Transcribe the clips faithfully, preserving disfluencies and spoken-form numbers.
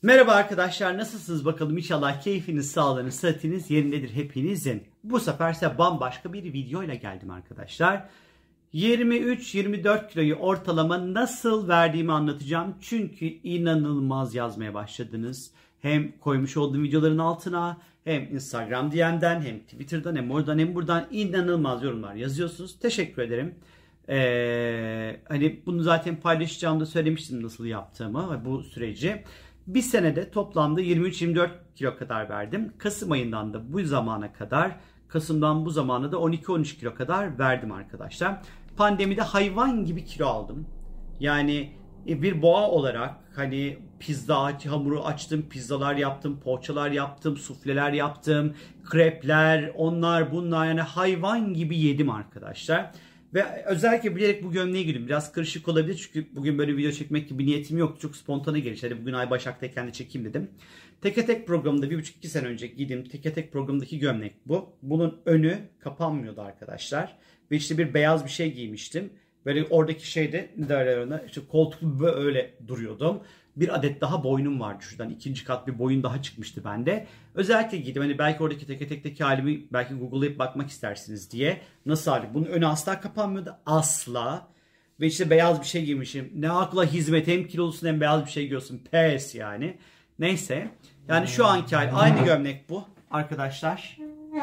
Merhaba arkadaşlar, nasılsınız bakalım? İnşallah keyfiniz, sağlığınız, sıhhatiniz yerindedir hepinizin. Bu sefer size bambaşka bir video ile geldim arkadaşlar. yirmi üç yirmi dört kiloyu ortalama nasıl verdiğimi anlatacağım. Çünkü inanılmaz yazmaya başladınız. Hem koymuş olduğum videoların altına, hem Instagram D M'den, hem Twitter'dan, hem oradan hem buradan inanılmaz yorumlar yazıyorsunuz. Teşekkür ederim. Ee, hani bunu zaten paylaşacağımda söylemiştim nasıl yaptığımı ve bu süreci. Bir senede toplamda yirmi üç yirmi dört kilo kadar verdim. Kasım ayından da bu zamana kadar, Kasım'dan bu zamana da on iki on üç kilo kadar verdim arkadaşlar. Pandemide hayvan gibi kilo aldım. Yani bir boğa olarak hani pizza hamuru açtım, pizzalar yaptım, poğaçalar yaptım, sufleler yaptım, krepler, onlar bunlar, yani hayvan gibi yedim arkadaşlar. Ve özellikle bilerek bu gömleği giydim. Biraz karışık olabilir çünkü bugün böyle video çekmek gibi niyetim yoktu. Çok spontane gelişti. Hadi bugün Ay Başak'tayken de çekeyim dedim. Teke Tek programında bir buçuk iki sene önce giydiğim Teke Tek programındaki gömlek bu. Bunun önü kapanmıyordu arkadaşlar. Ve işte bir beyaz bir şey giymiştim. Böyle oradaki şeyde ne derler ona, işte koltuklu böyle duruyordum. Bir adet daha boynum vardı şuradan. İkinci kat bir boyun daha çıkmıştı bende. Özellikle giydim. Hani belki oradaki Teke Tek'teki halimi belki Google'layıp bakmak istersiniz diye. Nasıl hali? Bunun önü asla kapanmıyordu. Asla. Ve işte beyaz bir şey giymişim. Ne akla hizmet, hem kilolusun hem beyaz bir şey giyiyorsun. Pes yani. Neyse. Yani şu anki hali. Aynı gömlek bu arkadaşlar.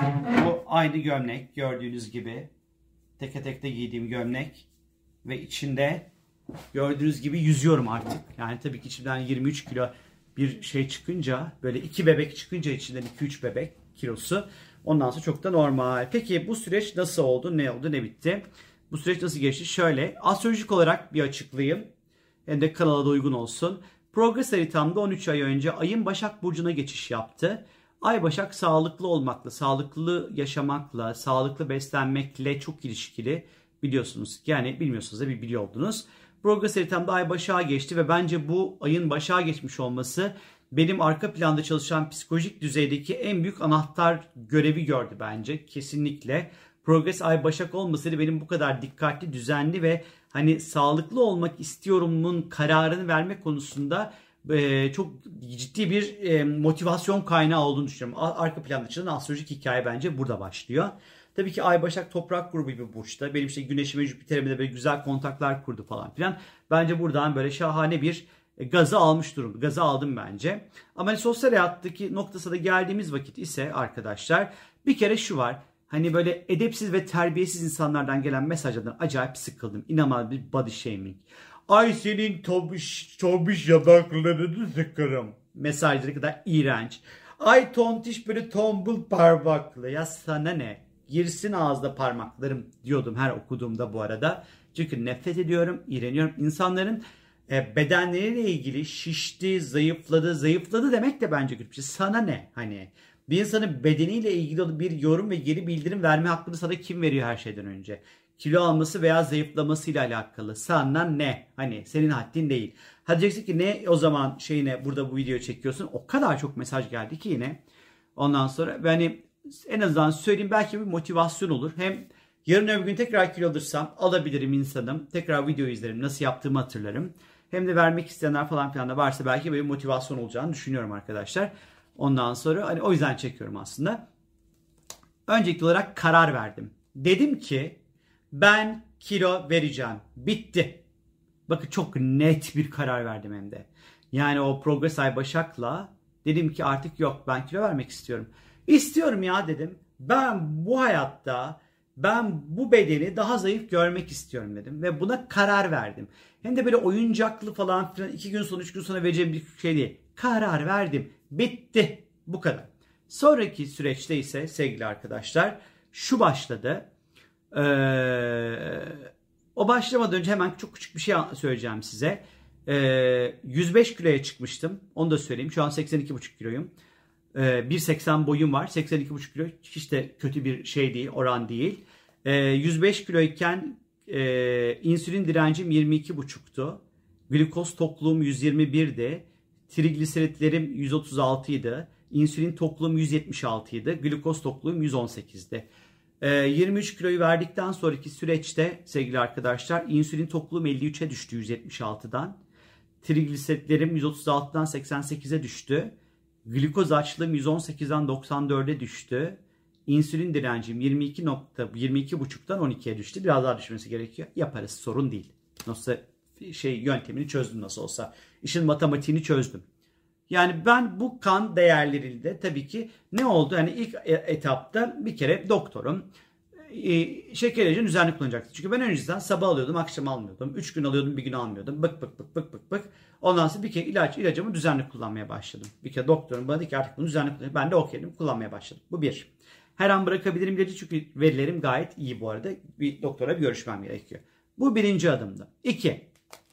Bu aynı gömlek gördüğünüz gibi. Teke Tek'te giydiğim gömlek. Ve içinde gördüğünüz gibi yüzüyorum artık. Yani tabii ki içimden yirmi üç kilo bir şey çıkınca, böyle iki bebek çıkınca içinden iki üç bebek kilosu. Ondan sonra çok da normal. Peki bu süreç nasıl oldu? Ne oldu? Ne bitti? Bu süreç nasıl geçti? Şöyle astrolojik olarak bir açıklayayım. Hem de kanala da uygun olsun. Progress haritamda on üç ay önce Ay'ın Başak Burcu'na geçiş yaptı. Ay Başak sağlıklı olmakla, sağlıklı yaşamakla, sağlıklı beslenmekle çok ilişkili. Biliyorsunuz, yani bilmiyorsunuz da bir biliyor oldunuz. Progress haritamda Ay Başak'a geçti ve bence bu ayın Başak'a geçmiş olması benim arka planda çalışan psikolojik düzeydeki en büyük anahtar görevi gördü bence. Kesinlikle. Progress Ay Başak olmasaydı benim bu kadar dikkatli, düzenli ve hani sağlıklı olmak istiyorumun kararını verme konusunda e, çok ciddi bir e, motivasyon kaynağı olduğunu düşünüyorum. Arka planda çalışan astrolojik hikaye bence burada başlıyor. Tabii ki Ay Başak toprak grubu bir burçta. Benim işte Güneş'ime, Jüpiter'ime de böyle güzel kontaklar kurdu falan filan. Bence buradan böyle şahane bir gazı almış durumda. Gazı aldım bence. Ama hani sosyal hayattaki noktasına da geldiğimiz vakit ise arkadaşlar bir kere şu var. Hani böyle edepsiz ve terbiyesiz insanlardan gelen mesajlardan acayip sıkıldım. İnanılmaz bir body shaming. Ay senin tobiş, tobiş yanaklarını sıkarım. Mesajları kadar iğrenç. Ay tontiş böyle tombul parmaklı. Ya sana ne? Girsin ağızda parmaklarım diyordum her okuduğumda bu arada. Çünkü nefret ediyorum, iğreniyorum. İnsanların e, bedenleriyle ilgili şişti, zayıfladı, zayıfladı demek de bence kötü bir şey. Sana ne? Hani bir insanın bedeniyle ilgili bir yorum ve geri bildirim verme hakkını sana kim veriyor her şeyden önce? Kilo alması veya zayıflamasıyla alakalı. Sana ne? Hani senin haddin değil. Hadi diyeceksin ki ne o zaman şeyine burada bu videoyu çekiyorsun? O kadar çok mesaj geldi ki yine. Ondan sonra hani en azından söyleyeyim, belki bir motivasyon olur. Hem yarın öbür gün tekrar kilo alırsam alabilirim insanım. Tekrar video izlerim. Nasıl yaptığımı hatırlarım. Hem de vermek isteyenler falan filan da varsa belki böyle motivasyon olacağını düşünüyorum arkadaşlar. Ondan sonra hani o yüzden çekiyorum aslında. Öncelikli olarak karar verdim. Dedim ki ben kilo vereceğim. Bitti. Bakın çok net bir karar verdim hem de. Yani o Progress Ay Başak'la dedim ki artık yok, ben kilo vermek istiyorum. İstiyorum ya dedim. Ben bu hayatta ben bu bedeni daha zayıf görmek istiyorum dedim. Ve buna karar verdim. Hem de böyle oyuncaklı falan filan iki gün sonra üç gün sonra vereceğim bir şey değil. Karar verdim. Bitti. Bu kadar. Sonraki süreçte ise sevgili arkadaşlar şu başladı. Ee, o başlamadan önce hemen çok küçük bir şey söyleyeceğim size. Ee, yüz beş kiloya çıkmıştım. Onu da söyleyeyim. Şu an seksen iki buçuk kiloyum. bir seksen boyum var. seksen iki buçuk kilo hiç de kötü bir şey değil, oran değil. yüz beş kiloyken e, insülin direncim yirmi iki buçuktu. Glikoz tokluğum yüz yirmi birdi. Trigliseritlerim yüz otuz altı idi. İnsülin tokluğum yüz yetmiş altı idi. Glikoz tokluğum yüz on sekizdi. yirmi üç kiloyu verdikten sonraki süreçte sevgili arkadaşlar insülin tokluğum elli üçe düştü yüz yetmiş altıdan. Trigliseritlerim yüz otuz altıdan seksen sekize düştü. Glikoz açlığım yüz on sekizden doksan dörde düştü. İnsülin direncim yirmi iki nokta yirmi iki buçuktan on ikiye düştü. Biraz daha düşmesi gerekiyor. Yaparız, sorun değil. Nasıl şey yöntemini çözdüm nasıl olsa. İşin matematiğini çözdüm. Yani ben bu kan değerleriyle tabii ki ne oldu? Yani ilk etapta bir kere doktorum e, şeker ilacını düzenli kullanacaktı. Çünkü ben önceden sabah alıyordum, akşam almıyordum. üç gün alıyordum, bir gün almıyordum. Bık bık bık bık bık bık. Ondan sonra bir kere ilaç ilacımı düzenli kullanmaya başladım. Bir kere doktorum bana dedi ki artık bunu düzenli kullanayım. Ben de okeydim, kullanmaya başladım. Bu bir. Her an bırakabilirim dedi çünkü verilerim gayet iyi bu arada. Bir doktora bir görüşmem gerekiyor. Bu birinci adımdı. İki.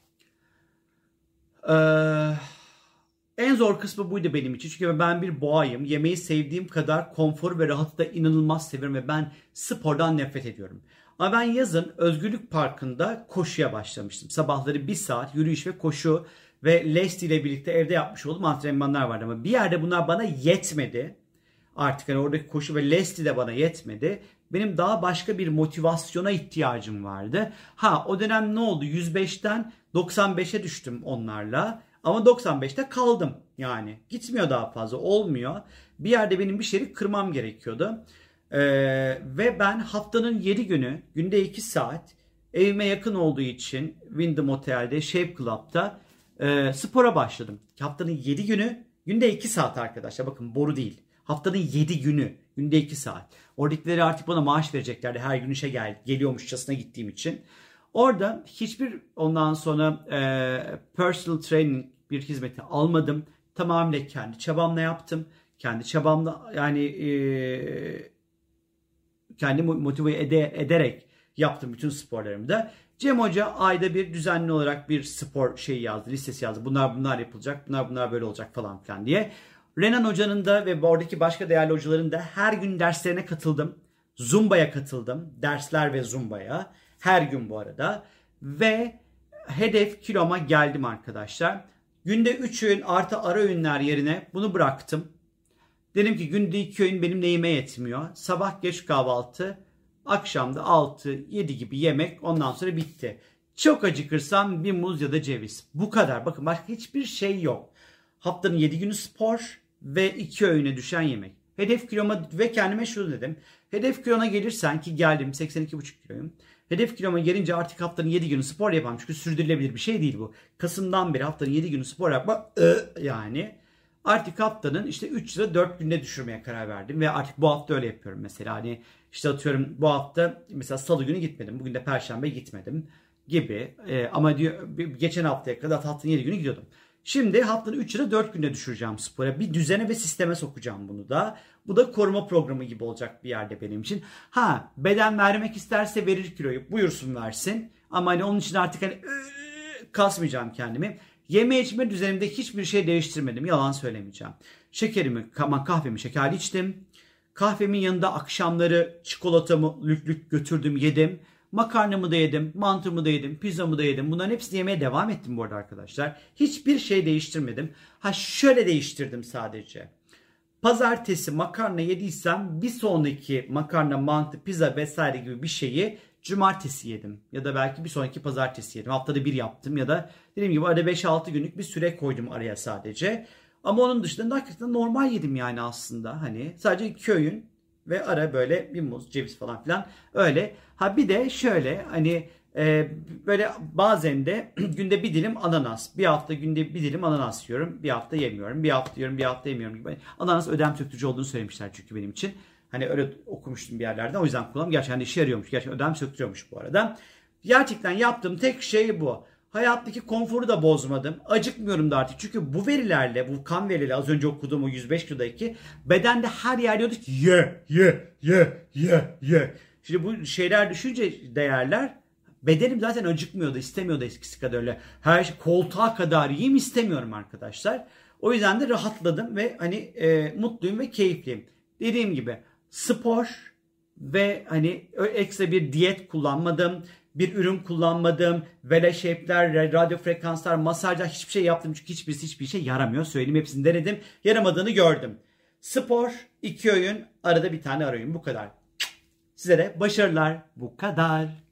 Eee... En zor kısmı buydu benim için. Çünkü ben bir boğayım. Yemeği sevdiğim kadar konfor ve rahatı da inanılmaz seviyorum ve ben spordan nefret ediyorum. Ama ben yazın Özgürlük Parkı'nda koşuya başlamıştım. Sabahları bir saat yürüyüş ve koşu ve Leslie ile birlikte evde yapmış olduğum antrenmanlar vardı. Ama bir yerde bunlar bana yetmedi. Artık hani oradaki koşu ve Leslie de bana yetmedi. Benim daha başka bir motivasyona ihtiyacım vardı. Ha o dönem ne oldu? yüz beşten doksan beşe düştüm onlarla. Ama doksan beşte kaldım yani. Gitmiyor daha fazla, olmuyor. Bir yerde benim bir şeyi kırmam gerekiyordu. Ee, ve ben haftanın yedi günü, günde iki saat evime yakın olduğu için Wyndham Otel'de, Shape Club'da e, spora başladım. Haftanın yedi günü, günde iki saat arkadaşlar. Bakın boru değil. Haftanın yedi günü, günde iki saat. Oradakileri artık bana maaş vereceklerdi. Her gün işe gel, geliyormuşçasına gittiğim için. Orada hiçbir ondan sonra e, personal training bir hizmeti almadım. Tamamıyla kendi çabamla yaptım. Kendi çabamla yani e, kendi motive ede, ederek yaptım bütün sporlarımı da. Cem Hoca ayda bir düzenli olarak bir spor şeyi yazdı, listesi yazdı. Bunlar bunlar yapılacak, bunlar bunlar böyle olacak falan filan diye. Renan Hoca'nın da ve oradaki başka değerli hocaların da her gün derslerine katıldım. Zumba'ya katıldım. Dersler ve Zumba'ya. Her gün bu arada. Ve hedef kiloma geldim arkadaşlar. Günde üç öğün artı ara öğünler yerine bunu bıraktım. Dedim ki günde iki öğün benim neyime yetmiyor. Sabah geç kahvaltı, akşamda altı yedi gibi yemek, ondan sonra bitti. Çok acıkırsam bir muz ya da ceviz. Bu kadar. Bakın başka hiçbir şey yok. Haftanın yedi günü spor ve iki öğüne düşen yemek. Hedef kiloma ve kendime şunu dedim. Hedef kilona gelirsen ki geldim seksen iki buçuk kiloyum. Hedef kiloma gelince artık haftanın yedi günü spor yapamam. Çünkü sürdürülebilir bir şey değil bu. Kasım'dan beri haftanın yedi günü spor yapma yani. Artık haftanın işte üç ya da dört günde düşürmeye karar verdim. Ve artık bu hafta öyle yapıyorum mesela. Hani işte atıyorum bu hafta mesela salı günü gitmedim. Bugün de perşembe gitmedim gibi. Ee, ama diyor geçen haftaya kadar haftanın yedi günü gidiyordum. Şimdi haftanın üç ya da dört günde düşüreceğim spora. Bir düzene ve sisteme sokacağım bunu da. Bu da koruma programı gibi olacak bir yerde benim için. Ha beden vermek isterse verir kiloyu. Buyursun versin. Ama hani onun için artık hani ıı, kasmayacağım kendimi. Yeme içme düzenimde hiçbir şey değiştirmedim. Yalan söylemeyeceğim. Şekerimi, kahvemi şekerli içtim. Kahvemin yanında akşamları çikolatamı lük lük götürdüm, yedim. Makarnamı da yedim, mantımı da yedim, pizzamı da yedim. Bunların hepsini yemeye devam ettim bu arada arkadaşlar. Hiçbir şey değiştirmedim. Ha şöyle değiştirdim sadece. Pazartesi makarna yediysem bir sonraki makarna, mantı, pizza vesaire gibi bir şeyi cumartesi yedim. Ya da belki bir sonraki pazartesi yedim. Haftada bir yaptım ya da dediğim gibi arada beş altı günlük bir süre koydum araya sadece. Ama onun dışında hakikaten normal yedim yani aslında. Hani sadece iki öğün ve ara böyle bir muz, ceviz falan filan öyle. Ha bir de şöyle hani e, böyle bazen de günde bir dilim ananas. Bir hafta günde bir dilim ananas yiyorum. Bir hafta yemiyorum. Bir hafta yiyorum, bir hafta yemiyorum gibi. Ananas ödem söktürücü olduğunu söylemişler çünkü benim için. Hani öyle okumuştum bir yerlerden. O yüzden kullanıyorum. Gerçekten de işe yarıyormuş. Gerçekten ödem söktürüyormuş bu arada. Gerçekten yaptığım tek şey bu. Hayattaki konforu da bozmadım. Acıkmıyorum da artık. Çünkü bu verilerle, bu kan verileri az önce okuduğum o yüz beş kilodaki bedende her yer diyordu ki ye, ye, ye, ye, ye. Şimdi bu şeyler düşünce değerler bedenim zaten acıkmıyordu, istemiyordu eskisi kadar öyle. Her şey koltuğa kadar yiyeyim istemiyorum arkadaşlar. O yüzden de rahatladım ve hani e, mutluyum ve keyifliyim. Dediğim gibi spor ve hani ekstra bir diyet kullanmadım. Bir ürün kullanmadım. Velashape'ler, radyo frekanslar, masajlar hiçbir şey yaptım. Çünkü hiçbirisi hiçbir şey yaramıyor. Söyleyeyim hepsini denedim. Yaramadığını gördüm. Spor, iki öğün, arada bir tane ara öğün. Bu kadar. Size de başarılar. Bu kadar.